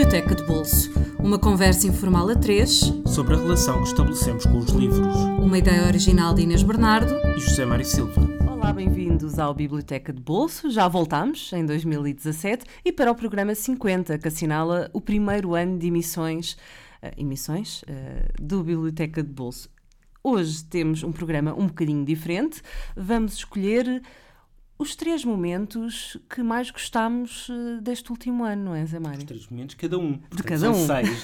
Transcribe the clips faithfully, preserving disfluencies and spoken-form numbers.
Biblioteca de Bolso, uma conversa informal a três sobre a relação que estabelecemos com os livros. Uma ideia original de Inês Bernardo E José Mário Silva. Olá, bem-vindos ao Biblioteca de Bolso. Já voltámos em dois mil e dezassete e para o programa cinquenta, que assinala o primeiro ano de emissões, uh, emissões uh, do Biblioteca de Bolso. Hoje temos um programa um bocadinho diferente. Vamos escolher os três momentos que mais gostámos uh, deste último ano, não é, Zé Mário? Os três momentos, cada um. Portanto, de cada são um. seis.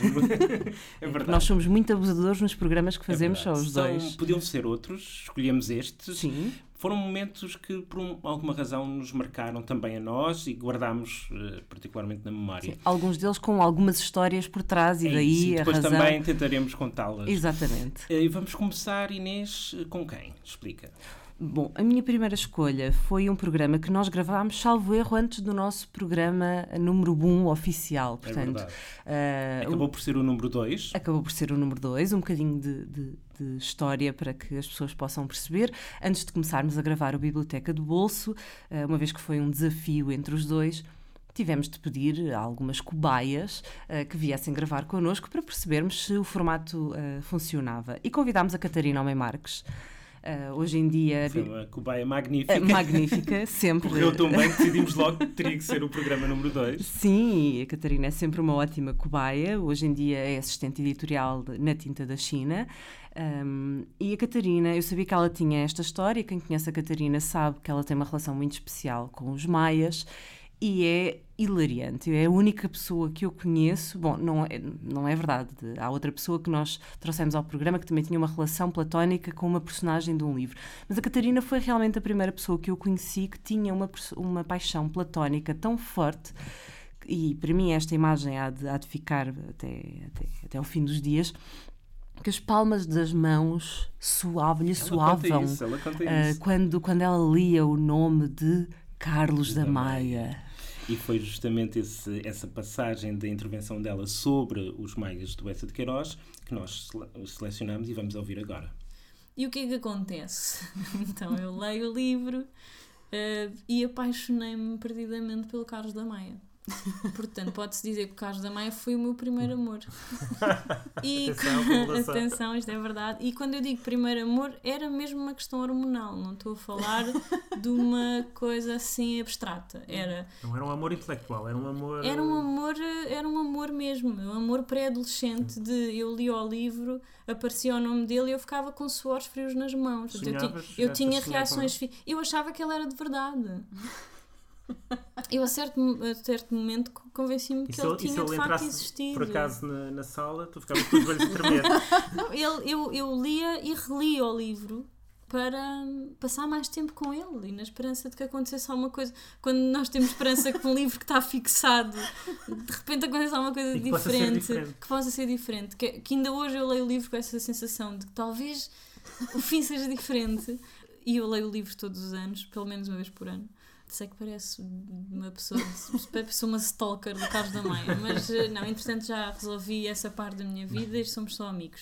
É verdade. Nós somos muito abusadores nos programas que fazemos, é só os são, dois. Podiam ser outros, escolhemos estes. Sim. Foram momentos que, por um, alguma razão, nos marcaram também a nós e guardámos uh, particularmente na memória. Sim. Alguns deles com algumas histórias por trás e é daí isso, e a depois razão... também tentaremos contá-las. Exatamente. Uh, e vamos começar, Inês, com quem? Explica. Bom, a minha primeira escolha foi um programa que nós gravámos, salvo erro, antes do nosso programa número um oficial. Portanto, é uh, acabou por ser o número dois. Acabou por ser o número dois, um bocadinho de, de, de história para que as pessoas possam perceber. Antes de começarmos a gravar o Biblioteca do Bolso, uh, uma vez que foi um desafio entre os dois, tivemos de pedir a algumas cobaias uh, que viessem gravar connosco para percebermos se o formato uh, funcionava. E convidámos a Catarina Homem Marques. Uh, hoje em dia... Foi uma cobaia magnífica. Uh, magnífica, sempre. Correu tão bem que decidimos logo que teria que ser o programa número dois. Sim, a Catarina é sempre uma ótima cobaia. Hoje em dia é assistente editorial de, na Tinta da China. Um, e a Catarina, eu sabia que ela tinha esta história. Quem conhece a Catarina sabe que ela tem uma relação muito especial com os maias. E é hilariante, é a única pessoa que eu conheço, bom, não é, não é verdade, há outra pessoa que nós trouxemos ao programa que também tinha uma relação platónica com uma personagem de um livro, mas a Catarina foi realmente a primeira pessoa que eu conheci que tinha uma, uma paixão platónica tão forte, e para mim esta imagem há de, há de ficar até, até, até ao fim dos dias, que as palmas das mãos suavam-lhe suavam isso, ela conta uh, isso. Quando, quando ela lia o nome de Carlos da, da Maia. Maia. E foi justamente esse, essa passagem da intervenção dela sobre os maias do Bessa de Queiroz que nós selecionamos e vamos ouvir agora. E o que é que acontece? Então, eu leio o livro uh, e apaixonei-me perdidamente pelo Carlos da Maia. Portanto, pode-se dizer que o Carlos da Maia foi o meu primeiro amor. E atenção, atenção, isto é verdade. E quando eu digo primeiro amor, era mesmo uma questão hormonal. Não estou a falar de uma coisa assim abstrata. Era, não era um amor intelectual, era um amor... Era um amor, era um amor mesmo. Um amor pré-adolescente de eu li o livro, aparecia o nome dele e eu ficava com suores frios nas mãos. Sonhavas, eu, eu tinha reações... Fi... Eu achava que ele era de verdade. Eu a certo, a certo momento convenci-me que ele tinha de facto existido. Por acaso na, na sala, tu ficavas com os olhos a tremer. Não, ele, eu, eu lia e relia o livro para passar mais tempo com ele e na esperança de que acontecesse alguma coisa. Quando nós temos esperança que um livro que está fixado de repente acontece alguma coisa que diferente, possa diferente que possa ser diferente, que, que ainda hoje eu leio o livro com essa sensação de que talvez o fim seja diferente. E eu leio o livro todos os anos, pelo menos uma vez por ano. Sei que parece uma pessoa, parece uma stalker do Carlos da Maia, mas não, entretanto já resolvi essa parte da minha vida e somos só amigos.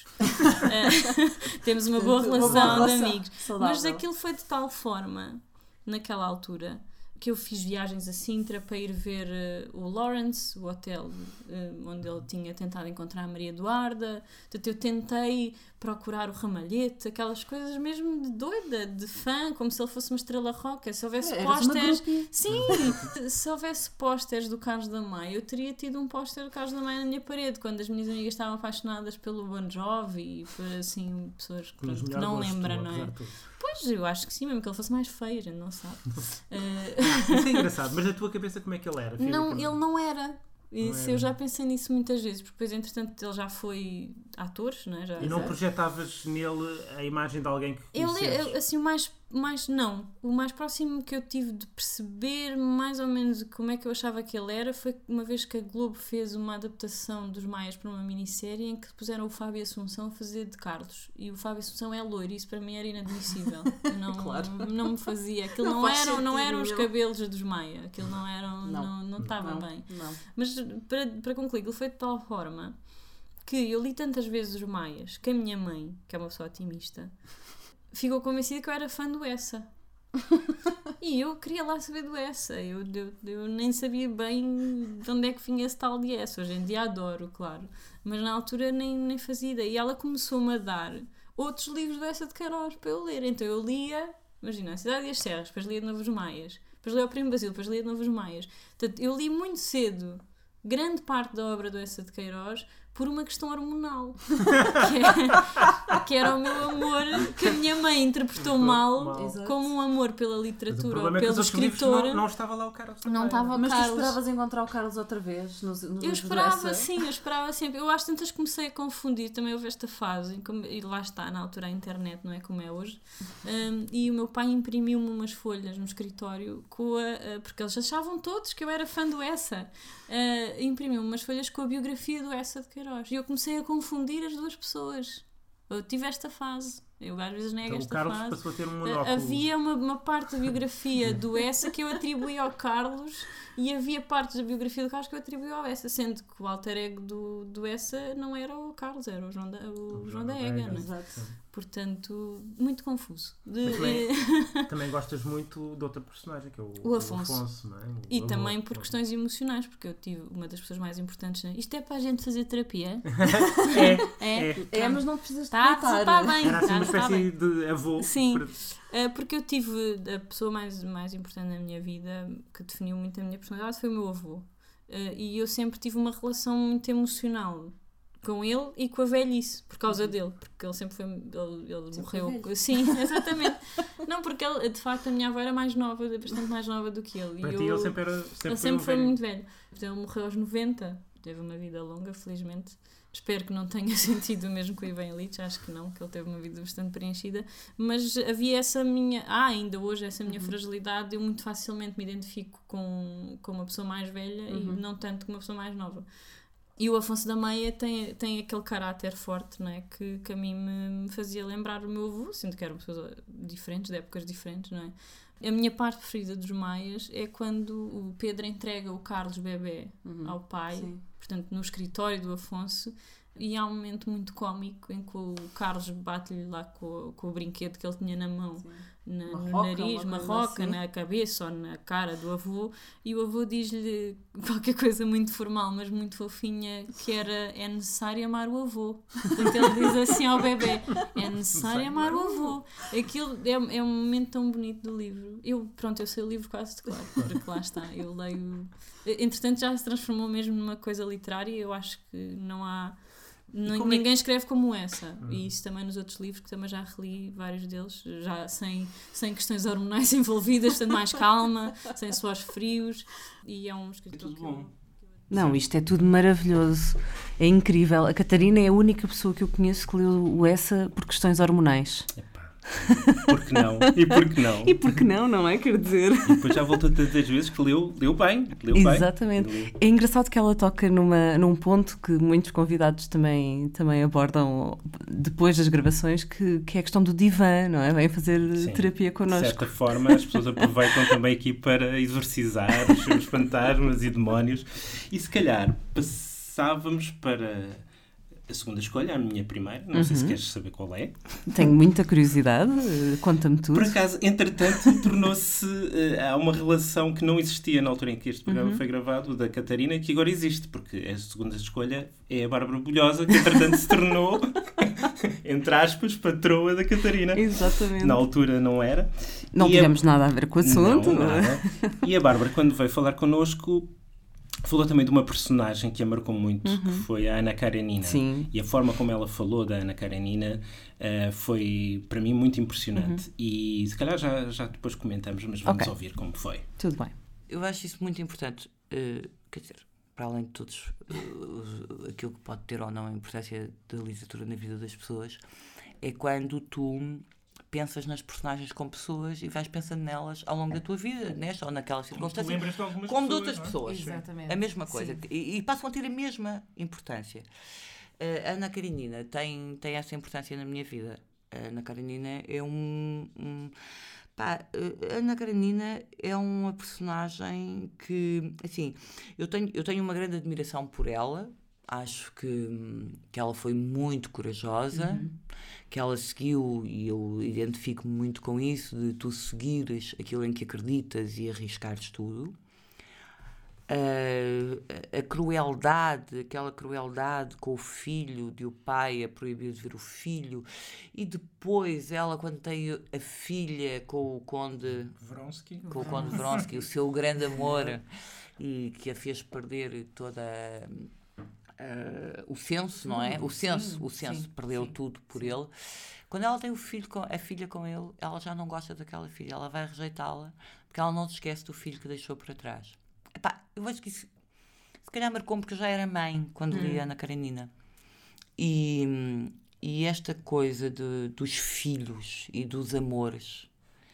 Uh, temos uma boa relação, uma boa relação de amigos. Saudável. Mas aquilo foi de tal forma, naquela altura, que eu fiz viagens a Sintra para ir ver uh, o Lawrence, o hotel uh, onde ele tinha tentado encontrar a Maria Eduarda. Portanto, eu tentei procurar o Ramalhete, aquelas coisas mesmo de doida, de fã, como se ele fosse uma estrela rock. Se houvesse é, pósteres... Sim! Se houvesse pósteres do Carlos da Maia, eu teria tido um póster do Carlos da Maia na minha parede, quando as minhas amigas estavam apaixonadas pelo Bon Jovi e por, assim, pessoas que, que não lembram, não é? Pois, eu acho que sim, mesmo que ele fosse mais feio, a gente não sabe. uh... Isso é engraçado, mas na tua cabeça como é que ele era? Não, ele não era. Isso, eu já pensei nisso muitas vezes, porque depois, entretanto, ele já foi ator, não é? Já, e não já... projetavas nele a imagem de alguém que conhecesses? Ele, assim, o mais, mais, não, o mais próximo que eu tive de perceber mais ou menos como é que eu achava que ele era foi uma vez que a Globo fez uma adaptação dos Maias para uma minissérie em que puseram o Fábio Assunção a fazer de Carlos, e o Fábio Assunção é loiro, e isso para mim era inadmissível. Não, claro. não me fazia, aquilo não, não, eram, não eram os cabelos dos Maia, aquilo não eram, não, não estava não, bem. Não. Mas para, para concluir, ele foi de tal forma que eu li tantas vezes os Maias que a minha mãe, que é uma pessoa otimista, ficou convencida que eu era fã do Essa. E eu queria lá saber do Essa, eu, eu, eu nem sabia bem de onde é que vinha esse tal de Essa. Hoje em dia adoro, claro, mas na altura nem, nem fazia ideia. E ela começou-me a dar outros livros do Eça de Queiroz para eu ler. Então eu lia, imagina, A Cidade e as Serras, depois lia de Novo os Maias, depois lia o Primo Basílio, depois lia de Novo os Maias. Portanto, eu li muito cedo grande parte da obra do Eça de Queiroz por uma questão hormonal, que, é, que era o meu amor, que a minha mãe interpretou mal, mal. como um amor pela literatura ou é pelo escritor. Não, não estava lá o Carlos também. Não estava o Mas Carlos. tu esperavas encontrar o Carlos outra vez? Nos, nos Eu esperava, sim, eu esperava sempre. Eu às tantas comecei a confundir, também houve esta fase, e lá está, na altura a internet não é como é hoje, um, e o meu pai imprimiu-me umas folhas no escritório, com a, a, porque eles achavam todos que eu era fã do Eça, uh, imprimiu-me umas folhas com a biografia do Eça de Queiroz, e eu comecei a confundir as duas pessoas. Eu tive esta fase. Eu às vezes nego então, esta o Carlos fase. passou a ter um monóculo. Havia uma, uma parte da biografia do Eça que eu atribuí ao Carlos e havia partes da biografia do Carlos que eu atribuí ao Eça, sendo que o alter ego do, do Eça não era o Carlos, era o João da, o o João da Ega, não é? Exato. Portanto, muito confuso. De, também, também gostas muito de outra personagem, que é o, o Afonso. O Afonso, não é? O e avô, também por é. questões emocionais, porque eu tive uma das pessoas mais importantes. Isto é para a gente fazer terapia? é, é, é. É, mas não precisas Tá, contar. tá bem. Era assim tá, uma tá espécie bem. de avô. Sim. Para... Porque eu tive a pessoa mais, mais importante na minha vida, que definiu muito a minha personalidade, foi o meu avô. E eu sempre tive uma relação muito emocional com ele e com a velhice, por causa dele, porque ele sempre foi, ele, ele sempre morreu, foi sim, exatamente, não, porque ele, de facto a minha avó era mais nova, bastante mais nova do que ele, Para e ti eu, ele sempre, era, sempre ele foi, sempre um foi velho. muito velho, ele morreu aos noventa, teve uma vida longa, felizmente. Espero que não tenha sentido o mesmo com o Ivan Illich, acho que não, que ele teve uma vida bastante preenchida, mas havia essa minha, ah, ainda hoje, essa minha uhum. fragilidade, eu muito facilmente me identifico com, com uma pessoa mais velha uhum. e não tanto com uma pessoa mais nova. E o Afonso da Meia tem, tem aquele caráter forte, não é? que, que a mim me fazia lembrar o meu avô, sendo que eram pessoas diferentes, de épocas diferentes, não é? A minha parte preferida dos Maias é quando o Pedro entrega o Carlos bebê uhum. ao pai, sim. portanto no escritório do Afonso, e há um momento muito cómico em que o Carlos bate-lhe lá com, com o brinquedo que ele tinha na mão, na, uma no roca, nariz, uma, uma roca assim. na cabeça ou na cara do avô, e o avô diz-lhe qualquer coisa muito formal, mas muito fofinha, que era: é necessário amar o avô. Portanto, ele diz assim ao bebê: é necessário amar o avô. Aquilo é, é um momento tão bonito do livro. Eu, pronto, eu sei o livro quase de cor, porque lá está, eu leio. Entretanto, já se transformou mesmo numa coisa literária. Eu acho que não há. N- ninguém escreve como essa, uhum. e isso também nos outros livros, que também já reli vários deles, já sem, sem questões hormonais envolvidas, portanto mais calma, sem suores frios, e é um escritor tudo bom. Eu... Não, isto é tudo maravilhoso, é incrível. A Catarina é a única pessoa que eu conheço que leu o Eça por questões hormonais. Por que não? E por que não? E por que não, não é? Quer dizer... E depois já voltou tantas vezes que leu, leu bem. Leu Exatamente. Bem. É engraçado que ela toca numa, num ponto que muitos convidados também, também abordam depois das gravações, que, que é a questão do divã, não é? Vêm fazer Sim. terapia connosco. De certa forma, as pessoas aproveitam também aqui para exorcizar os seus fantasmas e demónios. E se calhar passávamos para... a segunda escolha, a minha primeira, não uhum. sei se queres saber qual é. Tenho muita curiosidade, conta-me tudo. Por acaso, entretanto, tornou-se, uh, há uma relação que não existia na altura em que este programa uhum. foi gravado, da Catarina, que agora existe, porque a segunda escolha é a Bárbara Bolhosa, que entretanto se tornou, entre aspas, patroa da Catarina. Exatamente. Na altura não era. Não e tivemos a... nada a ver com o assunto. Não, nada. E a Bárbara, quando veio falar connosco, falou também de uma personagem que a marcou muito, uhum. que foi a Ana Karenina. Sim. E a forma como ela falou da Ana Karenina uh, foi, para mim, muito impressionante. Uhum. E se calhar já, já depois comentamos, mas vamos okay. ouvir como foi. Tudo bem. Eu acho isso muito importante. Uh, quer dizer, para além de todos, uh, aquilo que pode ter ou não a importância da literatura na vida das pessoas, é quando tu pensas nas personagens como pessoas e vais pensando nelas ao longo da tua vida, nesta ou naquela circunstância, de como pessoas, de outras pessoas. Exatamente. A mesma coisa. E, e passam a ter a mesma importância. A Ana Karenina tem, tem essa importância na minha vida. A Ana Karenina é um... um pá, a Ana Karenina é uma personagem que, assim, eu tenho, eu tenho uma grande admiração por ela, Acho que, que ela foi muito corajosa, uhum. que ela seguiu, e eu identifico-me muito com isso, de tu seguires aquilo em que acreditas e arriscares tudo. Uh, a crueldade, aquela crueldade com o filho, de o pai a proibir de ver o filho, e depois ela, quando tem a filha com o conde Vronsky, com o conde Vronsky, o seu grande amor, e que a fez perder toda uh, o senso, não é? O senso, o senso, sim, perdeu sim, tudo por sim. ele. Quando ela tem o filho com, a filha com ele, ela já não gosta daquela filha, ela vai rejeitá-la, porque ela não se esquece do filho que deixou para trás. Epá, eu acho que isso se calhar marcou-me, porque eu já era mãe quando hum. li Ana Karenina. E, e esta coisa de, dos filhos e dos amores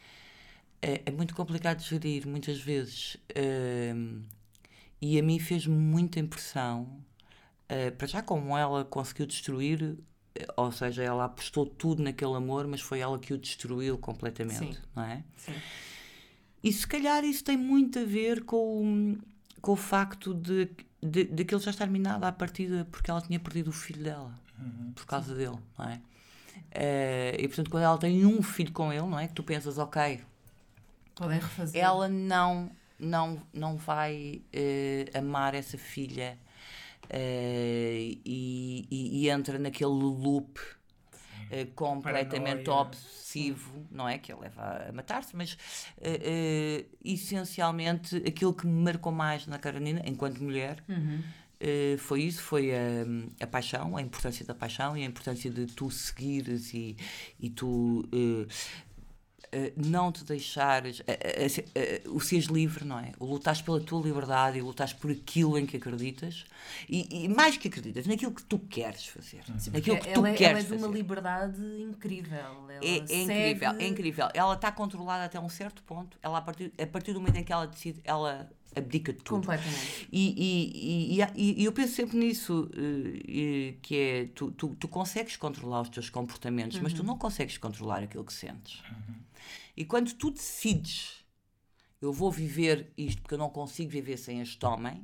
é, é muito complicado de gerir, muitas vezes. Uh, e a mim fez-me muita impressão, uh, para já como ela conseguiu destruir, ou seja, ela apostou tudo naquele amor, mas foi ela que o destruiu completamente, sim. não é? Sim. E se calhar isso tem muito a ver com, com o facto de, de, de que ele já estar minado à partida, porque ela tinha perdido o filho dela, uhum. por causa dele, não é? Uh, e portanto, quando ela tem um filho com ele, não é? Que tu pensas, ok, podem refazer. Ela não, não, não vai uh, amar essa filha uh, e, e, e entra naquele loop Uh, completamente Paranoia. obsessivo, não é? Que ele leva a matar-se, mas uh, uh, essencialmente aquilo que me marcou mais na Karenina, enquanto mulher, uhum. uh, foi isso, foi a, a paixão, a importância da paixão e a importância de tu seguires e, e tu uh, Uh, não te deixares, uh, uh, uh, uh, o seres livre, não é? O lutares pela tua liberdade e lutares por aquilo em que acreditas e, e mais que acreditas, naquilo que tu queres fazer. Sim, naquilo que tu ela, queres ela é de uma fazer. liberdade incrível. Ela é, é segue... incrível, é incrível. Ela está controlada até um certo ponto. Ela, a, partir, a partir do momento em que ela decide, ela abdica de tudo. Completamente. E, e, e, e, e eu penso sempre nisso, uh, que é, tu, tu, tu consegues controlar os teus comportamentos, uhum. mas tu não consegues controlar aquilo que sentes. Uhum. E quando tu decides, eu vou viver isto porque eu não consigo viver sem este homem,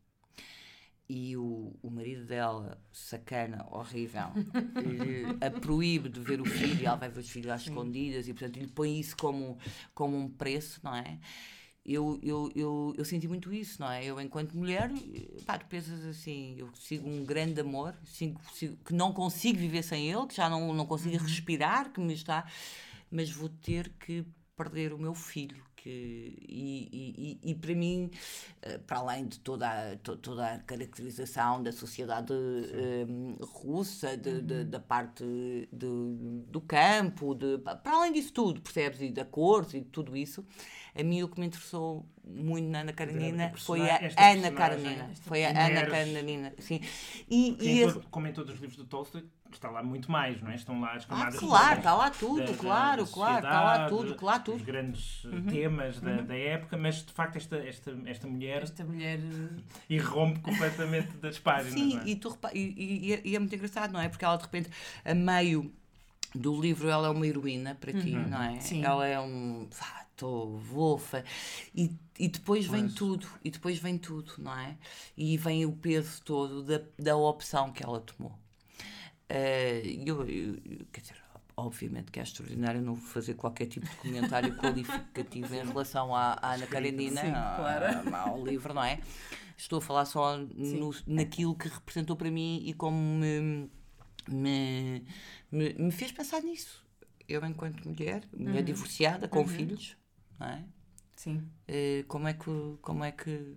e o, o marido dela, sacana, horrível, a proíbe de ver o filho, e ela vai ver os filhos às escondidas, e portanto lhe põe isso como, como um preço, não é? Eu, eu, eu, eu senti muito isso, não é? Eu, enquanto mulher, pá, tu pensas assim, eu sigo um grande amor, sigo, sigo, que não consigo viver sem ele, que já não, não consigo uhum. respirar, que me está... mas vou ter que perder o meu filho. Que, e, e, e para mim, para além de toda a, to, toda a caracterização da sociedade um, russa, de, uhum. de, da parte de, do campo, de, para além disso tudo, percebes? E da corte e de tudo isso, a mim o que me interessou muito na Ana Karenina foi a Ana Karenina. Foi a Ana Karenina, sim. E, e esse... Como em todos os livros do Tolstói, está lá muito mais, não é? Estão lá as camadas... Ah, claro, está lá tudo, da, claro, da claro, está lá tudo, claro, tudo. Os grandes uhum. temas da, uhum. da época, mas de facto esta, esta, esta mulher... Esta mulher... irrompe completamente das páginas, sim, não é? e, tu, e, e, e é muito engraçado, não é? Porque ela de repente, a meio do livro, ela é uma heroína para ti, uhum. não é? Sim. Ela é um... Estou wolfa, e, e depois vem mas... tudo, e depois vem tudo, não é? E vem o peso todo da, da opção que ela tomou. Uh, eu, eu, quer dizer, obviamente que é extraordinário, não vou fazer qualquer tipo de comentário qualificativo em relação à, à Ana Karenina, sim, claro. ao livro, não é? Estou a falar só no, naquilo que representou para mim e como me, me, me, me fez pensar nisso. Eu, enquanto mulher, mulher uhum. divorciada, com uhum. filhos, não é? Sim. Uh, como é que... Como é que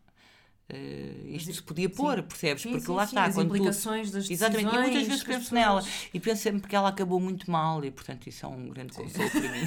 Uh, isto se podia pôr, sim. percebes? Sim, porque sim, lá sim. está. As quando implicações tu... das Exatamente, e muitas vezes penso pessoas... nela e penso sempre que ela acabou muito mal e portanto isso é um grande consolo para mim.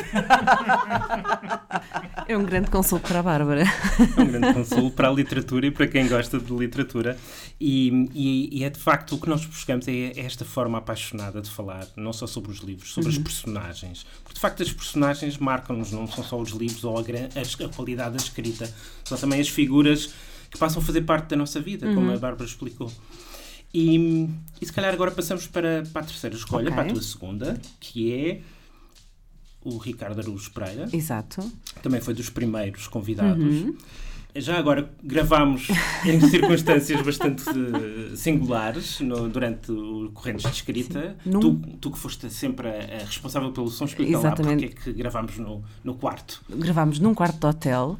É um grande consolo para a Bárbara. É um grande consolo para a literatura e para quem gosta de literatura e, e, e é de facto o que nós buscamos é esta forma apaixonada de falar, não só sobre os livros, sobre uhum. as personagens, porque de facto as personagens marcam-nos, não são só os livros ou a, a, a qualidade da escrita, são também as figuras que passam a fazer parte da nossa vida, uhum. como a Bárbara explicou. E, e se calhar agora passamos para, para a terceira escolha, okay. para a tua segunda, que é o Ricardo Araújo Pereira. Exato. Também foi dos primeiros convidados. Uhum. Já agora gravámos em circunstâncias bastante uh, singulares no, durante o Correntes de Escrita. Num... Tu, tu que foste sempre a, a responsável pelo som, explica lá porque é que gravámos no, no quarto. Gravámos num quarto de hotel,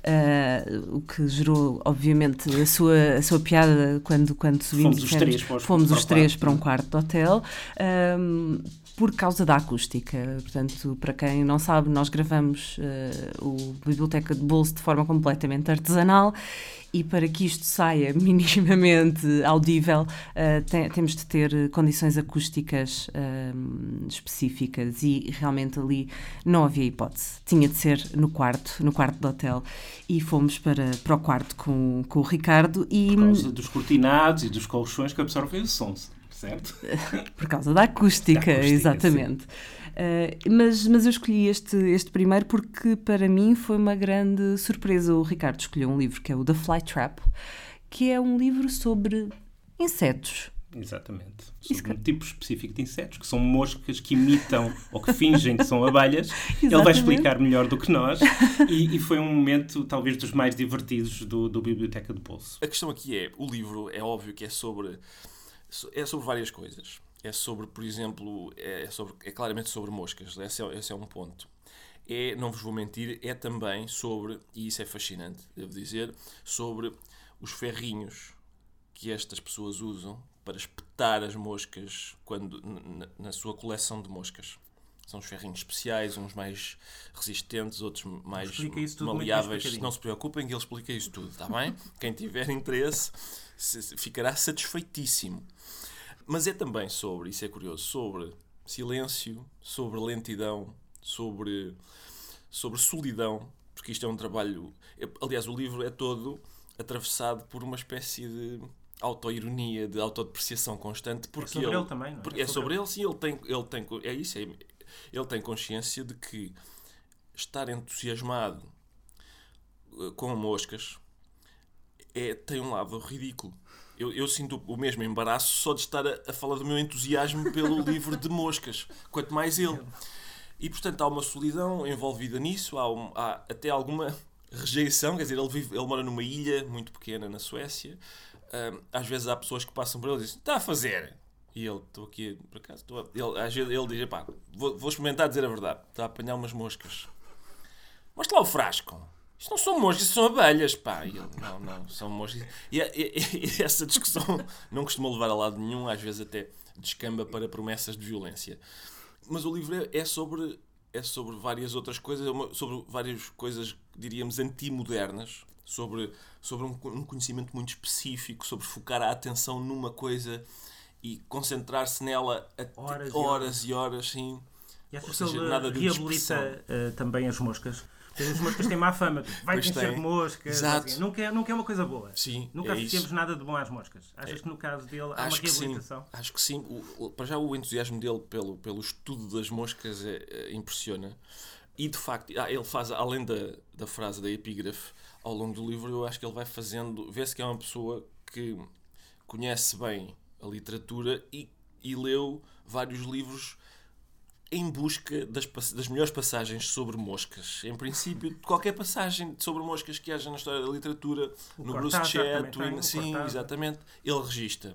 uh, o que gerou, obviamente, a sua, a sua piada quando, quando subimos. Fomos os três para, os, fomos para, os três para um quarto de hotel. Um, por causa da acústica. Portanto, para quem não sabe, nós gravamos uh, o Biblioteca de Bolso de forma completamente artesanal e para que isto saia minimamente audível, uh, tem, temos de ter condições acústicas uh, específicas e realmente ali não havia hipótese. Tinha de ser no quarto, no quarto do hotel e fomos para, para o quarto com, com o Ricardo. E, por causa dos cortinados e dos colchões que absorvem o som. Certo? Por causa da acústica, da acústica exatamente. Uh, mas, mas eu escolhi este, este primeiro porque para mim foi uma grande surpresa. O Ricardo escolheu um livro que é o The Fly Trap, que é um livro sobre insetos. Exatamente. Sobre um tipo específico de insetos, que são moscas que imitam ou que fingem que são abelhas. Ele vai explicar melhor do que nós e, e foi um momento talvez dos mais divertidos do, do Biblioteca de Bolso. A questão aqui é, o livro é óbvio que é sobre... É sobre várias coisas. É sobre, por exemplo, é, sobre, é claramente sobre moscas. Esse é, esse é um ponto. É, não vos vou mentir, é também sobre, e isso é fascinante, devo dizer, sobre os ferrinhos que estas pessoas usam para espetar as moscas quando, na, na sua coleção de moscas. São os ferrinhos especiais, uns mais resistentes, outros mais maleáveis. Não se preocupem que ele explica isso tudo, está bem? Quem tiver interesse ficará satisfeitíssimo. Mas é também sobre, isso é curioso, sobre silêncio, sobre lentidão, sobre, sobre solidão, porque isto é um trabalho... Aliás, o livro é todo atravessado por uma espécie de autoironia, de autodepreciação constante. Porque é sobre ele, ele também, não é? Porque é sobre ele, sim, ele tem, ele tem, é isso, é, ele tem consciência de que estar entusiasmado com moscas é, tem um lado ridículo. Eu, eu sinto o mesmo embaraço só de estar a, a falar do meu entusiasmo pelo livro de moscas, quanto mais ele. E, portanto, há uma solidão envolvida nisso, há, um, há até alguma rejeição, quer dizer, ele, vive, ele mora numa ilha muito pequena na Suécia. Um, às vezes há pessoas que passam por ele e dizem, está a fazer? E ele, estou aqui, por acaso, estou a... ele, às vezes ele diz, pá, vou, vou experimentar dizer a verdade, está a apanhar umas moscas. Mostra lá o frasco. Isto não são moscas, são abelhas, pá. E ele, não, não, são moscas. E, e, e essa discussão não costuma levar a lado nenhum, às vezes até descamba para promessas de violência. Mas o livro é sobre, é sobre várias outras coisas, sobre várias coisas, diríamos, antimodernas, sobre, sobre um, um conhecimento muito específico, sobre focar a atenção numa coisa e concentrar-se nela a, horas, horas e horas, sim. E achas que ele nada de reabilita uh, também as moscas? As moscas têm má fama, vai encher de moscas, assim. nunca, é, nunca é uma coisa boa. Sim, nunca é associamos isso. nada de bom às moscas. Achas é. que no caso dele há acho uma reabilitação? Que sim. Acho que sim. O, o, para já o entusiasmo dele pelo, pelo estudo das moscas é, é, impressiona. E de facto, ele faz, além da, da frase da epígrafe, ao longo do livro, eu acho que ele vai fazendo, vê-se que é uma pessoa que conhece bem a literatura e, e leu vários livros em busca das, das melhores passagens sobre moscas. Em princípio, qualquer passagem sobre moscas que haja na história da literatura, o no Bruce Chatwin, sim, exatamente, ele registra.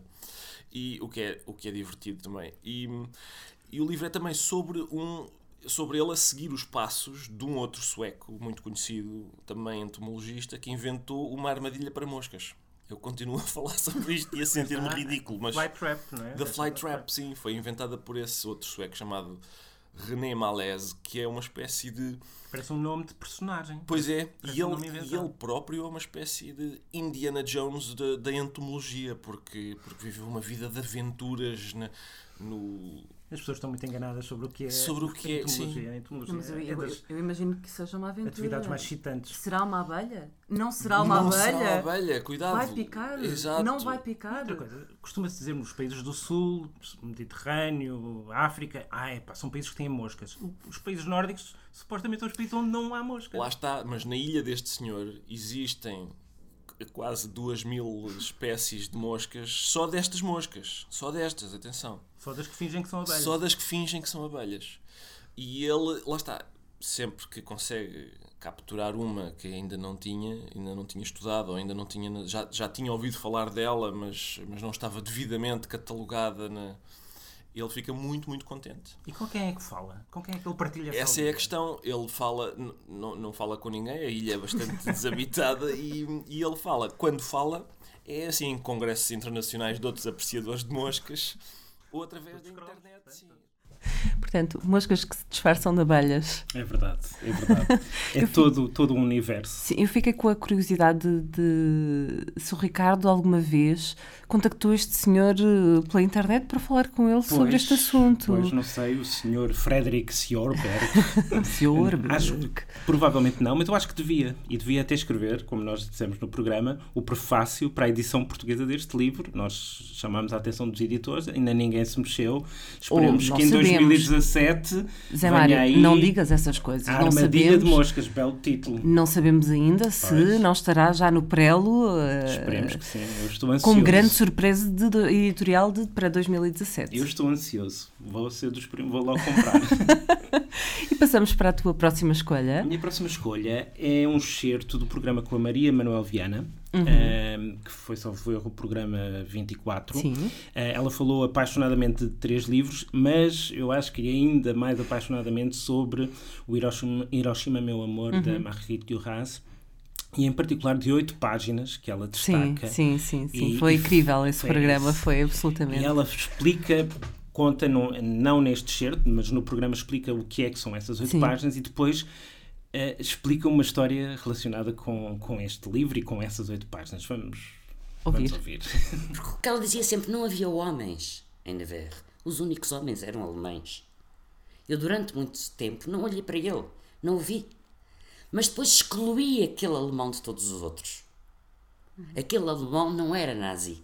E o que é, o que é divertido também. E, e o livro é também sobre, um, sobre ele a seguir os passos de um outro sueco, muito conhecido, também entomologista, que inventou uma armadilha para moscas. Eu continuo a falar sobre isto e a sentir-me ridículo, mas... Fly Trap, não é? The Fly Trap, sim, foi inventada por esse outro sueco chamado René Malaise, que é uma espécie de... Parece um nome de personagem. Pois é, e ele, um e ele próprio é uma espécie de Indiana Jones da, da entomologia, porque, porque viveu uma vida de aventuras na, no... As pessoas estão muito enganadas sobre o que é, sobre o que é, entomologia. A entomologia Mas eu, é eu, eu, eu imagino que seja uma aventura. Atividades mais excitantes. Será uma abelha? Não será uma não abelha? Não será uma abelha, cuidado. Vai picar? Exato. Não vai picar? Outra coisa, costuma-se dizer nos países do Sul, Mediterrâneo, África, ah, é, pá, são países que têm moscas. Os países nórdicos, supostamente, são os países onde não há moscas. Lá está, mas na ilha deste senhor existem quase duas mil espécies de moscas, só destas moscas, só destas, atenção. Só das que fingem que são abelhas. Só das que fingem que são abelhas. e ele, lá está, sempre que consegue capturar uma que ainda não tinha, ainda não tinha estudado, ou ainda não tinha, já, já tinha ouvido falar dela, mas, mas não estava devidamente catalogada, na, ele fica muito, muito contente. E com quem é que fala? Com quem é que ele partilha essa Essa é a questão. Ele fala, n- não, não fala com ninguém, a ilha é bastante desabitada, e, e ele fala, quando fala, é assim em congressos internacionais de outros apreciadores de moscas, ou através da internet, sim. Portanto, moscas que se disfarçam de abelhas. É verdade, é verdade. É todo, todo um universo. Sim, eu fiquei com a curiosidade de, de se o Ricardo alguma vez contactou este senhor eh, pela internet para falar com ele sobre este assunto. Pois, não sei, o senhor Frederick Sjorberg. Sjorberg. Acho que provavelmente não, mas eu acho que devia. E devia até escrever, como nós dissemos no programa, o prefácio para a edição portuguesa deste livro. Nós chamamos a atenção dos editores, ainda ninguém se mexeu. Esperemos Oh, que em sabemos. dois mil e dezassete Zé venha Mário, aí não digas essas coisas. a Não Armadilha sabemos, de Moscas, belo título. não sabemos ainda se Pois. não estará já no prelo eh, Esperemos que sim, eu estou ansioso. como grande surpresa de, de editorial de, para dois mil e dezassete. Eu estou ansioso. Vou ser dos primos, vou logo comprar. E passamos para a tua próxima escolha. A minha próxima escolha é um excerto do programa com a Maria Manuel Viana, Uhum. um, que foi só foi o programa vinte e quatro. Sim. Uh, ela falou apaixonadamente de três livros, mas eu acho que ainda mais apaixonadamente sobre o Hiroshima, Hiroshima Meu Amor, Uhum. da Marguerite Duras, e em particular de oito páginas que ela Sim, destaca. sim, sim, sim. E- Foi e incrível esse foi programa, isso. foi absolutamente. E ela explica, conta, no, não neste excerto, mas no programa explica o que é que são essas oito Sim. páginas e depois eh, explica uma história relacionada com, com este livro e com essas oito páginas. Vamos Ouvir. Vamos ouvir. Porque ela dizia sempre, não havia homens em Nevers. Os únicos homens eram alemães. Eu durante muito tempo não olhei para ele, não o vi. Mas depois excluí aquele alemão de todos os outros. Aquele alemão não era nazi.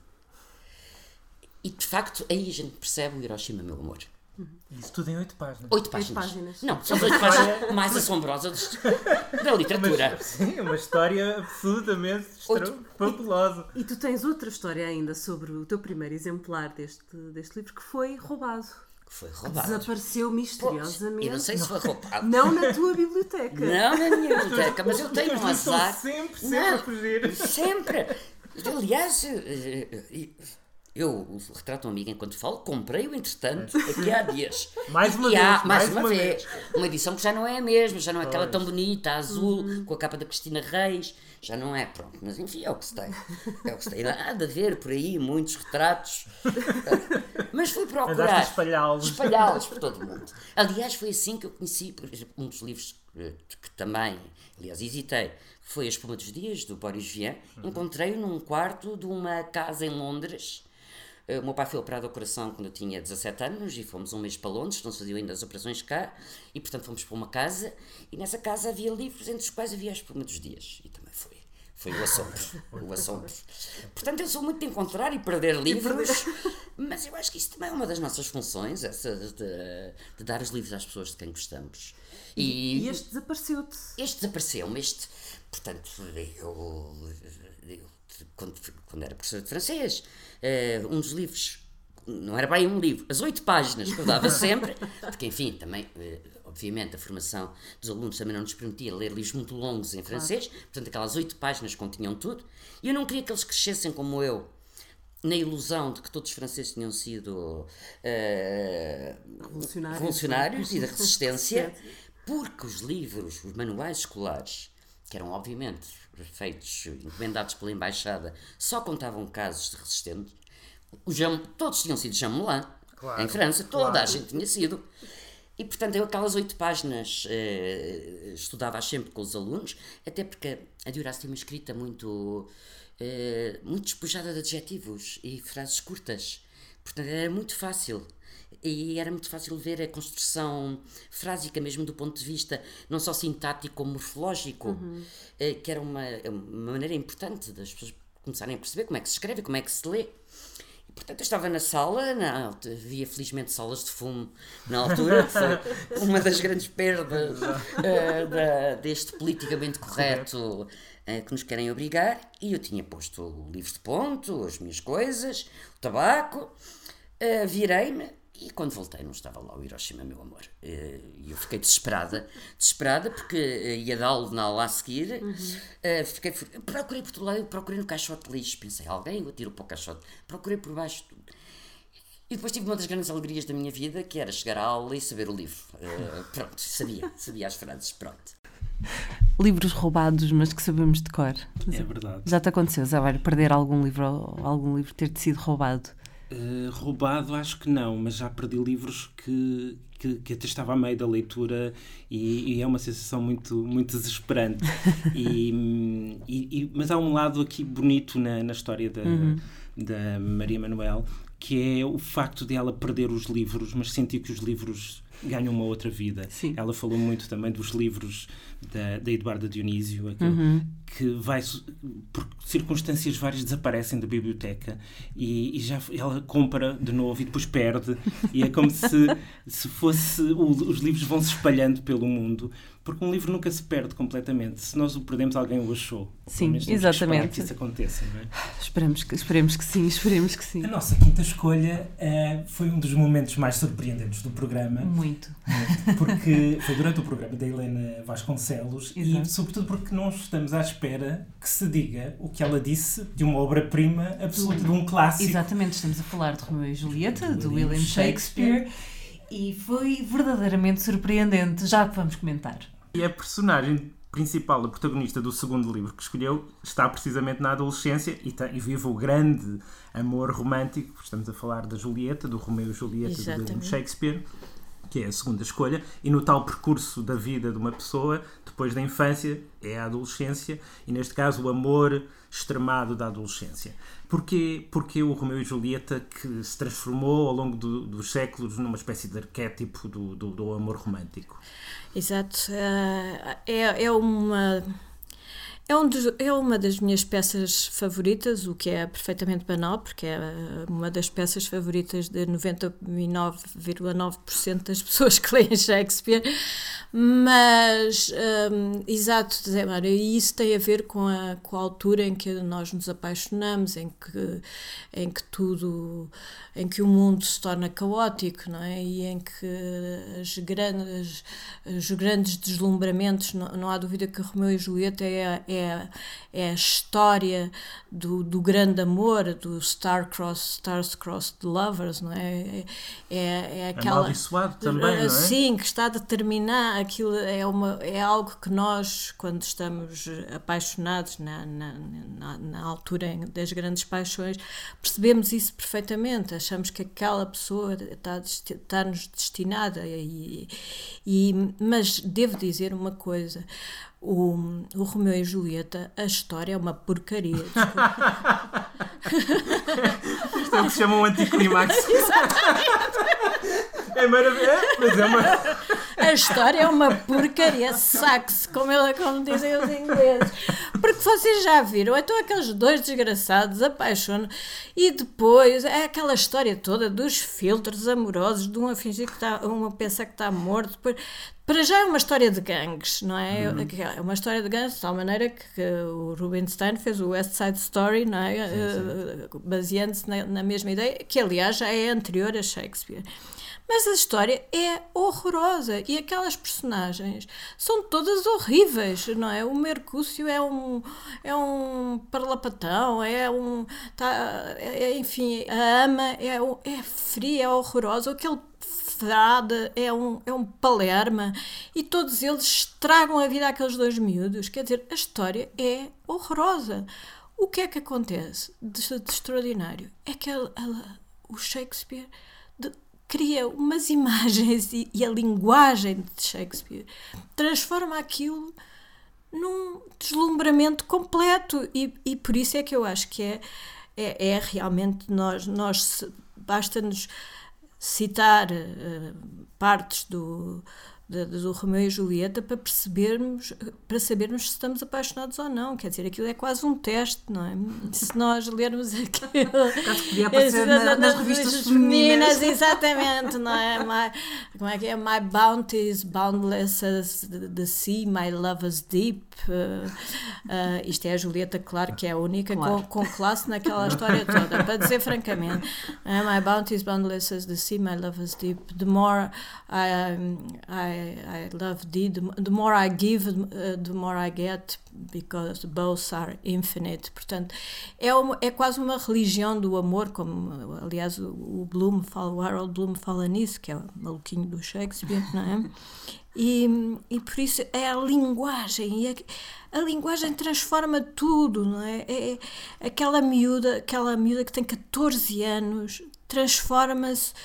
E de facto aí a gente percebe o Hiroshima, Meu Amor. Isso tudo em oito páginas. Oito páginas. páginas. Não, são as oito páginas mais assombrosas da literatura. Sim, uma história absolutamente Oito. fabulosa. E tu tens outra história ainda sobre o teu primeiro exemplar deste, deste livro que foi roubado. Que foi roubado. Desapareceu Pois, misteriosamente. e não sei se foi roubado. Não na tua biblioteca. Não na minha biblioteca, mas eu tenho um Estão azar. sempre, sempre Não, a fugir. Sempre. Aliás, eh, eh, eu, o Retrato de um Amigo, enquanto falo, comprei-o, entretanto, aqui há dias. Mais uma E há, vez, mais mais uma, uma vez. Uma edição que já não é a mesma, já não é aquela Pois. tão bonita, azul, com a capa da Cristina Reis. Já não é, pronto. Mas enfim, é o que se tem. É o que se tem. Há de haver por aí muitos retratos. Mas fui Andaste a procurar. espalhá-los. Espalhá-los por todo o mundo. Aliás, foi assim que eu conheci, por exemplo, um dos livros eh, que também, aliás, hesitei, foi A Espuma dos Dias, do Boris Vian. Encontrei-o num quarto de uma casa em Londres. Eh, O meu pai foi operado ao coração quando eu tinha dezassete anos e fomos um mês para Londres, não se faziam ainda as operações cá, e portanto fomos para uma casa, e nessa casa havia livros entre os quais havia A Espuma dos Dias. E também foi. Foi o assombro, o assombro. Portanto, eu sou muito de encontrar e perder livros, mas eu acho que isso também é uma das nossas funções, essa de, de dar os livros às pessoas de quem gostamos. E, E este desapareceu-te. este desapareceu-me, este, portanto, eu, eu quando, quando era professor de francês, eh, um dos livros, não era bem um livro, as oito páginas que eu dava sempre, porque enfim, também, eh, obviamente, a formação dos alunos também não nos permitia ler livros muito longos em francês, portanto, aquelas oito páginas continham tudo, e eu não queria que eles crescessem como eu, na ilusão de que todos os franceses tinham sido eh, Revolucionários. revolucionários e da resistência, porque os livros, os manuais escolares, que eram obviamente feitos, encomendados pela Embaixada, só contavam casos de resistentes. O Jean, todos tinham sido Jean Moulin, Claro, em França, toda claro. a gente tinha sido. E portanto eu aquelas oito páginas eh, estudava sempre com os alunos, até porque a Duras tinha uma escrita muito, eh, muito despojada de adjetivos e frases curtas. Portanto era muito fácil. E era muito fácil ver a construção frásica mesmo do ponto de vista não só sintático como morfológico, eh, que era uma, uma maneira importante das pessoas começarem a perceber como é que se escreve, como é que se lê. E, portanto, eu estava na sala, na, havia felizmente salas de fumo na altura, que foi uma das grandes perdas eh, da, deste politicamente correto eh, que nos querem obrigar, e eu tinha posto o livro de ponto, as minhas coisas, o tabaco, eh, virei-me E quando voltei não estava lá o Hiroshima, meu amor. E eu fiquei desesperada, desesperada porque ia dá-lo na aula a seguir. Uhum. Uh, fiquei, procurei por todo lado, procurei no caixote de lixo, pensei, alguém atira para o caixote, procurei por baixo tudo. E depois tive uma das grandes alegrias da minha vida, que era chegar à aula e saber o livro. Uh, pronto, sabia, sabia as frases, pronto. Livros roubados, mas que sabemos de cor. É verdade. Já te aconteceu, Zé Mário, perder algum livro, algum livro ter sido roubado? Uh, roubado acho que não, mas já perdi livros que, que, que até estava a meio da leitura e, e é uma sensação muito, muito desesperante. e, e, e, mas há um lado aqui bonito na, na história da, uhum. da Maria Manuel, que é o facto de ela perder os livros, mas sentir que os livros ganham uma outra vida. Sim. Ela falou muito também dos livros da, da Eduarda Dionísio, aquele, uhum. que vai, por circunstâncias várias, desaparecem da biblioteca e, e já ela compra de novo e depois perde, e é como se, se fosse, o, os livros vão se espalhando pelo mundo, porque um livro nunca se perde completamente. Se nós o perdemos, alguém o achou. Sim, exatamente. Que isso aconteça, não é? Esperemos que, esperemos que sim, esperemos que sim. A nossa quinta escolha uh, foi um dos momentos mais surpreendentes do programa. Muito. Muito. Porque foi durante o programa da Helena Vasconcelos. Exato. E sobretudo porque não estamos à espera que se diga o que ela disse de uma obra-prima absoluta, de um clássico. Exatamente, estamos a falar de Romeu e Julieta, de William Shakespeare, e foi verdadeiramente surpreendente, já que vamos comentar. E a personagem principal, a protagonista do segundo livro que escolheu, está precisamente na adolescência e, tem, e vive o grande amor romântico. Estamos a falar da Julieta, do Romeu e Julieta, de William Shakespeare, que é a segunda escolha, e no tal percurso da vida de uma pessoa, depois da infância, é a adolescência, e neste caso o amor extremado da adolescência. Porquê, porquê o Romeu e Julieta, que se transformou ao longo do, dos séculos numa espécie de arquétipo do, do, do amor romântico? Exato. Uh, é, é uma... É, um dos, é uma das minhas peças favoritas, o que é perfeitamente banal, porque é uma das peças favoritas de noventa e nove vírgula nove por cento das pessoas que leem Shakespeare. Mas, um, exato, Zé Mário, e isso tem a ver com a, com a altura em que nós nos apaixonamos, em que, em que tudo, em que o mundo se torna caótico, não é? E em que as grandes, os grandes deslumbramentos, não, não há dúvida que Romeu e Julieta é, é, é a história do, do grande amor, do star-crossed, stars-crossed lovers, não é? É, é, é aquela... Amaldiçoado também, não é? Sim, que está a determinar. Aquilo é, uma, é algo que nós, quando estamos apaixonados na, na, na, na altura das grandes paixões, percebemos isso perfeitamente, achamos que aquela pessoa está, está-nos destinada, e, e, mas devo dizer uma coisa, o, o Romeu e Julieta, a história é uma porcaria. Isto é o que se chama um anticlimax. É maravilhoso, mas é uma... A história é uma porcaria, saque-se, como, como dizem os ingleses. Porque vocês já viram, então aqueles dois desgraçados apaixonam e depois é aquela história toda dos filtros amorosos, de um a fingir que está, uma pensa que está morto, depois... Para já é uma história de gangues, não é? Uhum. É uma história de gangues, de tal maneira que, que o Rubinstein fez o West Side Story, não é? Sim, sim. Baseando-se na, na mesma ideia, que aliás já é anterior a Shakespeare. Mas a história é horrorosa e aquelas personagens são todas horríveis, não é? O Mercúcio é um, é um parlapatão, é um... Tá, é, enfim, a ama é, é fria, é horrorosa, aquele Frade é um, é um palerma e todos eles estragam a vida àqueles dois miúdos. Quer dizer, a história é horrorosa. O que é que acontece de, de extraordinário? É que ela, ela, o Shakespeare de, cria umas imagens e, e a linguagem de Shakespeare transforma aquilo num deslumbramento completo e, e por isso é que eu acho que é, é, é realmente nós, nós basta-nos citar uh, partes do, de, do Romeu e Julieta para percebermos, para sabermos se estamos apaixonados ou não. Quer dizer, aquilo é quase um teste, não é? Se nós lermos aquilo... Caso podia aparecer na, nas revistas femininas. Exatamente, não é? My, como é que é? My bounty is boundless as the sea, my love is deep. Uh, uh, isto é a Julieta, claro, que é a única claro. com, com classe naquela história toda, para dizer francamente. Uh, my bounty is boundless as the sea, my love is deep. The more I, I, I love thee, the, the more I give, uh, the more I get, because both are infinite. Portanto, é, uma, é quase uma religião do amor, como aliás o, o Bloom fala, o Harold Bloom fala nisso, que é o maluquinho do Shakespeare, não é? E, e por isso é a linguagem, e a, a linguagem transforma tudo, não é? É, é aquela miúda, aquela miúda que tem catorze anos, transforma-se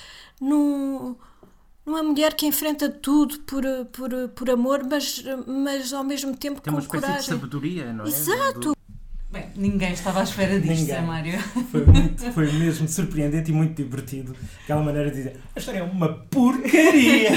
num, numa mulher que enfrenta tudo por, por, por amor, mas, mas ao mesmo tempo tem com uma espécie coragem. de sabedoria, não é? Exato! Do... Bem, ninguém estava à espera disto, ninguém. Mário. Foi, muito, foi mesmo surpreendente e muito divertido. Aquela maneira de dizer, a história é uma porcaria!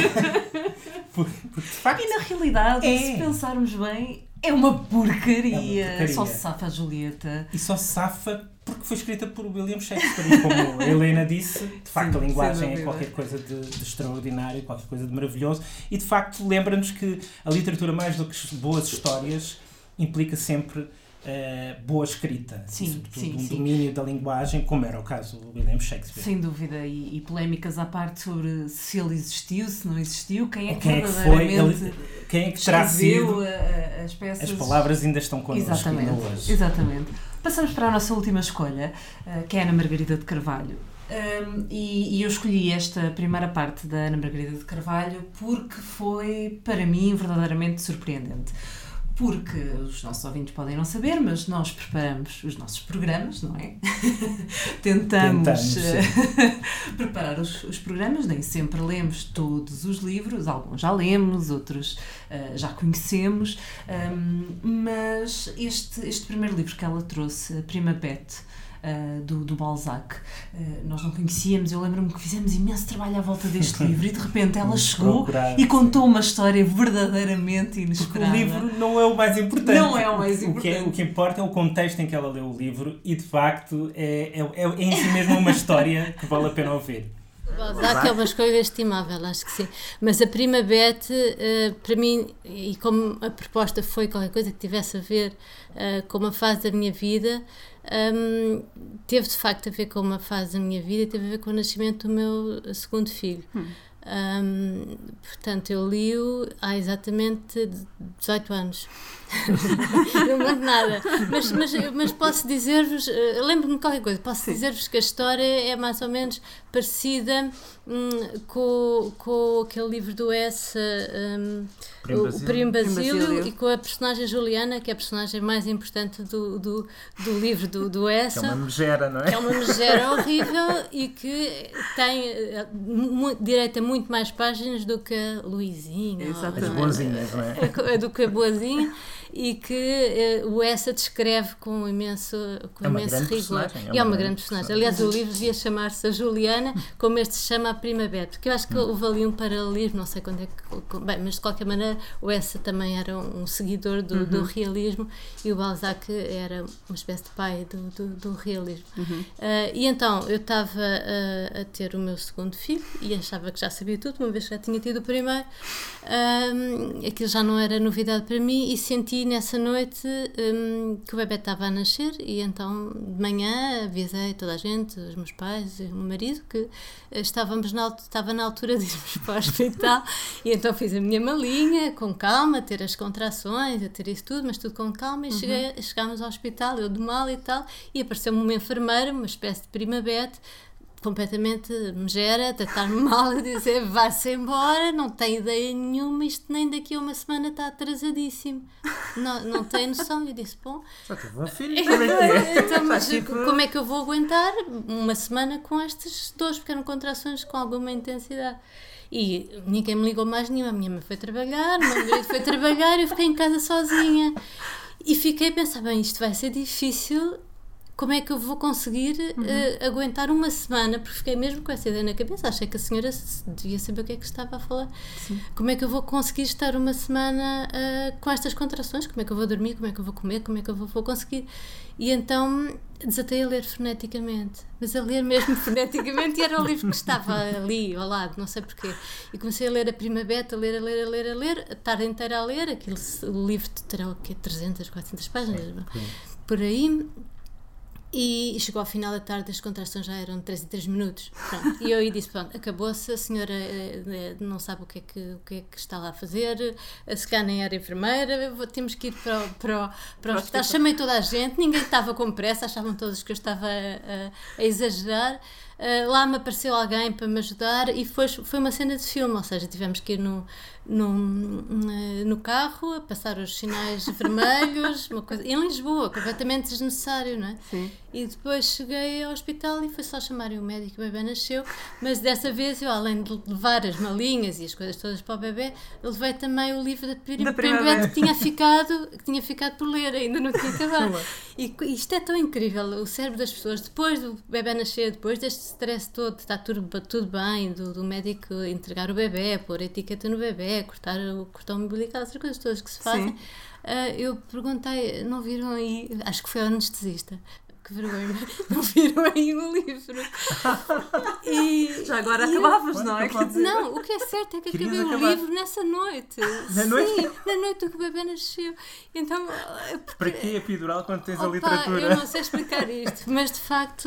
Porque, porque de facto, e na realidade, é. se pensarmos bem, é uma porcaria. É uma porcaria. Só se safa a Julieta. E só se safa porque foi escrita por William Shakespeare. E como a Helena disse, de facto, sim, a linguagem é qualquer coisa de, de extraordinário, qualquer coisa de maravilhoso. E de facto, lembra-nos que a literatura, mais do que boas histórias, implica sempre Uh, boa escrita, sim, e sobretudo sim, um sim. domínio da linguagem, como era o caso do William Shakespeare. Sem dúvida, e, e polémicas à parte sobre se ele existiu, se não existiu, quem é que quem verdadeiramente é que foi, ele, quem é que terá sido, a, a, as peças. As palavras ainda estão connosco. Exatamente, ainda hoje. exatamente. Passamos para a nossa última escolha, uh, que é a Ana Margarida de Carvalho. Um, e, e eu escolhi esta primeira parte da Ana Margarida de Carvalho porque foi, para mim, verdadeiramente surpreendente. Porque os nossos ouvintes podem não saber, mas nós preparamos os nossos programas, não é? Tentamos, Tentamos uh, preparar os, os programas, nem sempre lemos todos os livros, alguns já lemos, outros uh, já conhecemos, um, mas este, este primeiro livro que ela trouxe, a Prima Bette, Uh, do, do Balzac, uh, nós não conhecíamos. Eu lembro-me que fizemos imenso trabalho à volta deste livro e de repente ela chegou procurar, e contou uma história verdadeiramente inesperada. Porque o livro não é o mais importante. Não é o mais importante. O que, é, o que importa é o contexto em que ela leu o livro e de facto é, é, é em si mesmo uma história que vale a pena ouvir. O Balzac é uma escolha estimável, acho que sim. Mas a Prima Bette, uh, para mim, e como a proposta foi qualquer coisa que tivesse a ver uh, com uma fase da minha vida, um, teve de facto a ver com uma fase da minha vida e teve a ver com o nascimento do meu segundo filho. Hum. Um, portanto, eu li-o há exatamente dezoito anos. Não me lembro nada, mas, mas, mas posso dizer-vos, uh, lembro-me de qualquer coisa, posso Sim. dizer-vos que a história é mais ou menos parecida hum, com, com aquele livro do Essa, um, o, o Primo Basílio, e com a personagem Juliana, que é a personagem mais importante do, do, do livro do, do Essa. Que é uma megera, não é? Que é uma megera horrível e que tem muito, direito a muito mais páginas do que a Luizinha. As boazinhas, não é? Do que a boazinha. E que uh, o Essa descreve com imenso, com é imenso rigor. É e é uma grande personagem. Aliás, o livro devia chamar-se a Juliana, como este se chama a Prima Bette, porque eu acho que houve ali um paralelismo, não sei quando é que. Bem, mas de qualquer maneira, o Essa também era um, um seguidor do, uhum. do realismo e o Balzac era uma espécie de pai do, do, do realismo. Uhum. Uh, e então, eu estava uh, a ter o meu segundo filho e achava que já sabia tudo, uma vez que já tinha tido o primeiro. Uh, aquilo já não era novidade para mim e senti nessa noite um, que o bebê estava a nascer e então de manhã avisei toda a gente, os meus pais e o meu marido que estávamos na, estava na altura de irmos para o hospital e então fiz a minha malinha com calma, a ter as contrações, a ter isso tudo, mas tudo com calma e uhum. cheguei, chegámos ao hospital, eu de mal e tal, e apareceu-me uma enfermeira, uma espécie de Prima Bette, completamente megera, a tratar-me mal, a dizer vá-se embora, não tem ideia nenhuma, isto nem daqui a uma semana está atrasadíssimo, não, não tem noção. Eu disse, bom, só tive uma filha, como é que é? Então, mas como é que eu vou aguentar uma semana com estas dores, porque eram contrações com alguma intensidade? E ninguém me ligou mais nenhuma, a minha mãe foi trabalhar, o meu marido foi trabalhar e eu fiquei em casa sozinha e fiquei a pensar, bem, isto vai ser difícil como é que eu vou conseguir uhum. uh, aguentar uma semana, porque fiquei mesmo com essa ideia na cabeça, achei que a senhora devia saber o que é que estava a falar. Sim. Como é que eu vou conseguir estar uma semana uh, com estas contrações, como é que eu vou dormir, como é que eu vou comer, como é que eu vou, vou conseguir. E então desatei a ler freneticamente, mas a ler mesmo freneticamente, e era o livro que estava ali ao lado, não sei porquê. E comecei a ler a prima beta, a ler, a ler, a ler, a ler, a tarde inteira a ler, aquilo, o livro terá o quê? trezentas, quatrocentas páginas, sim, por aí. E chegou ao final da tarde, as contrações já eram três em três minutos. Pronto. E eu aí disse, pronto, acabou-se, a senhora eh, não sabe o que, é que, o que é que está lá a fazer, se calhar nem era enfermeira, temos que ir para o, para o, para o hospital. Chamei toda a gente, ninguém estava com pressa, achavam todos que eu estava a, a exagerar. Uh, lá me apareceu alguém para me ajudar e foi, foi uma cena de filme, ou seja, tivemos que ir no, no, no carro a passar os sinais vermelhos, uma coisa, em Lisboa, completamente desnecessário, não é? Sim. E depois cheguei ao hospital e foi só chamarem o médico, o bebê nasceu, mas dessa vez eu, além de levar as malinhas e as coisas todas para o bebê, levei também o livro da Prima Beta que tinha ficado, que tinha ficado por ler, ainda não tinha acabado. E isto é tão incrível, o cérebro das pessoas, depois do bebê nascer, depois deste stress todo, está tudo, tudo bem, do, do médico entregar o bebê, pôr a etiqueta no bebê, cortar o cordão umbilical, essas coisas todas que se fazem. Uh, eu perguntei, não viram aí, acho que foi o anestesista, que vergonha, não viram aí o livro. E, já agora e acabavas, eu, não é? Não, o que é certo é que Querias acabei acabar. o livro nessa noite. Na Sim, noite? na noite que o bebê nasceu. Então, porque, para que epidural quando tens opa, a literatura? Eu não sei explicar isto, mas de facto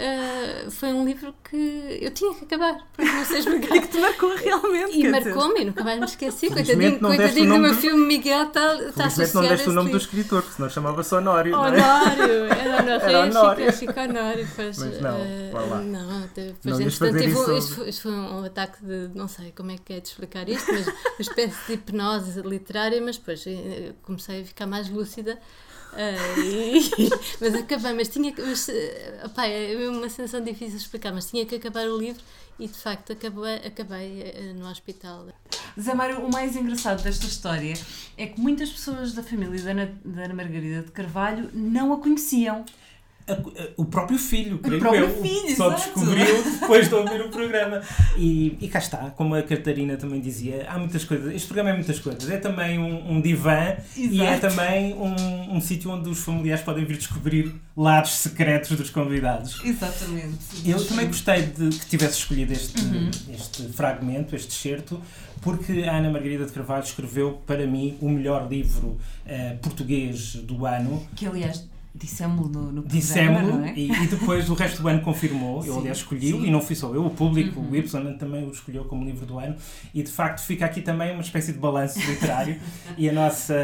uh, foi um livro que eu tinha que acabar, porque não sei explicar. E que te marcou realmente. E marcou-me, e nunca mais me esqueci. Felizmente Coitadinho, não deste coitadinho o do nome meu do- filme Miguel está, está associado Felizmente não deste a o nome do esse livro. escritor, porque senão chamava-se Honório. não é? Honório, era Honório, Era Honório. Chico, Chico Honório, pois, Mas não, eh, vá lá. não, depois, Não ias entretanto, fazer tive um- isso. isto, foi, isto foi um ataque de, não sei como é que é de explicar isto, mas uma espécie de hipnose literária, mas depois eh, comecei a ficar mais lúcida. eh, e- mas acabei, mas tinha que, mas, eh, opá, é uma sensação difícil de explicar, mas tinha que acabar o livro e de facto acabei, acabei eh, no hospital. Zé Mário, o mais engraçado desta história é que muitas pessoas da família da Ana, da Ana Margarida de Carvalho não a conheciam. A- a- O próprio filho, creio próprio eu, filho, só exato. descobriu depois de ouvir o programa. E, e cá está, como a Catarina também dizia, há muitas coisas. Este programa é muitas coisas. É também um, um divã e é Exato. também um, um sítio onde os familiares podem vir descobrir lados secretos dos convidados. Exatamente. Eu também gostei de que tivesse escolhido este, Uhum. este fragmento, este excerto, porque a Ana Margarida de Carvalho escreveu, para mim, o melhor livro eh, português do ano. Que, aliás, dissemos-lo no, no programa, Dissemos-lo não é? e, e depois o resto do ano confirmou. Eu, Sim, aliás, escolhi, sim. e não fui só eu, o público, Uhum. o Y também o escolheu como livro do ano. E de facto fica aqui também uma espécie de balanço literário e a nossa,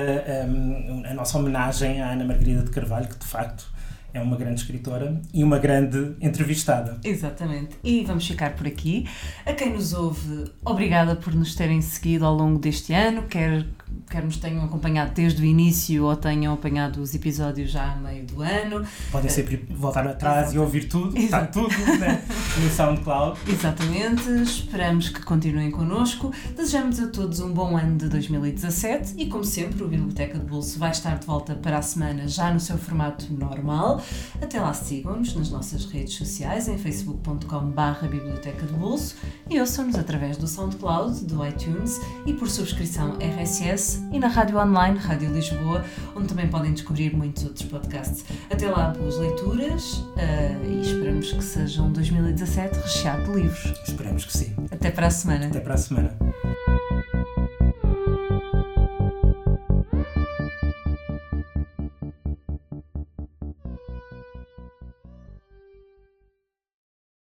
um, a nossa homenagem à Ana Margarida de Carvalho, que de facto é uma grande escritora e uma grande entrevistada. Exatamente. E vamos ficar por aqui. A quem nos ouve, obrigada por nos terem seguido ao longo deste ano, quer, quer nos tenham acompanhado desde o início ou tenham apanhado os episódios já a meio do ano. Podem sempre voltar atrás Exato. e ouvir tudo, está Exato. tudo né, no SoundCloud. Exatamente, esperamos que continuem connosco. Desejamos a todos um bom ano de dois mil e dezassete e, como sempre, o Biblioteca de Bolso vai estar de volta para a semana já no seu formato normal. Até lá, sigam-nos nas nossas redes sociais em facebook ponto com barra biblioteca de bolso e ouçam-nos através do SoundCloud, do iTunes e por subscrição R S S e na rádio online Rádio Lisboa, onde também podem descobrir muitos outros podcasts. Até lá, boas leituras uh, e esperamos que seja um dois mil e dezassete recheado de livros. Esperamos que sim. Até para a semana. Até para a semana.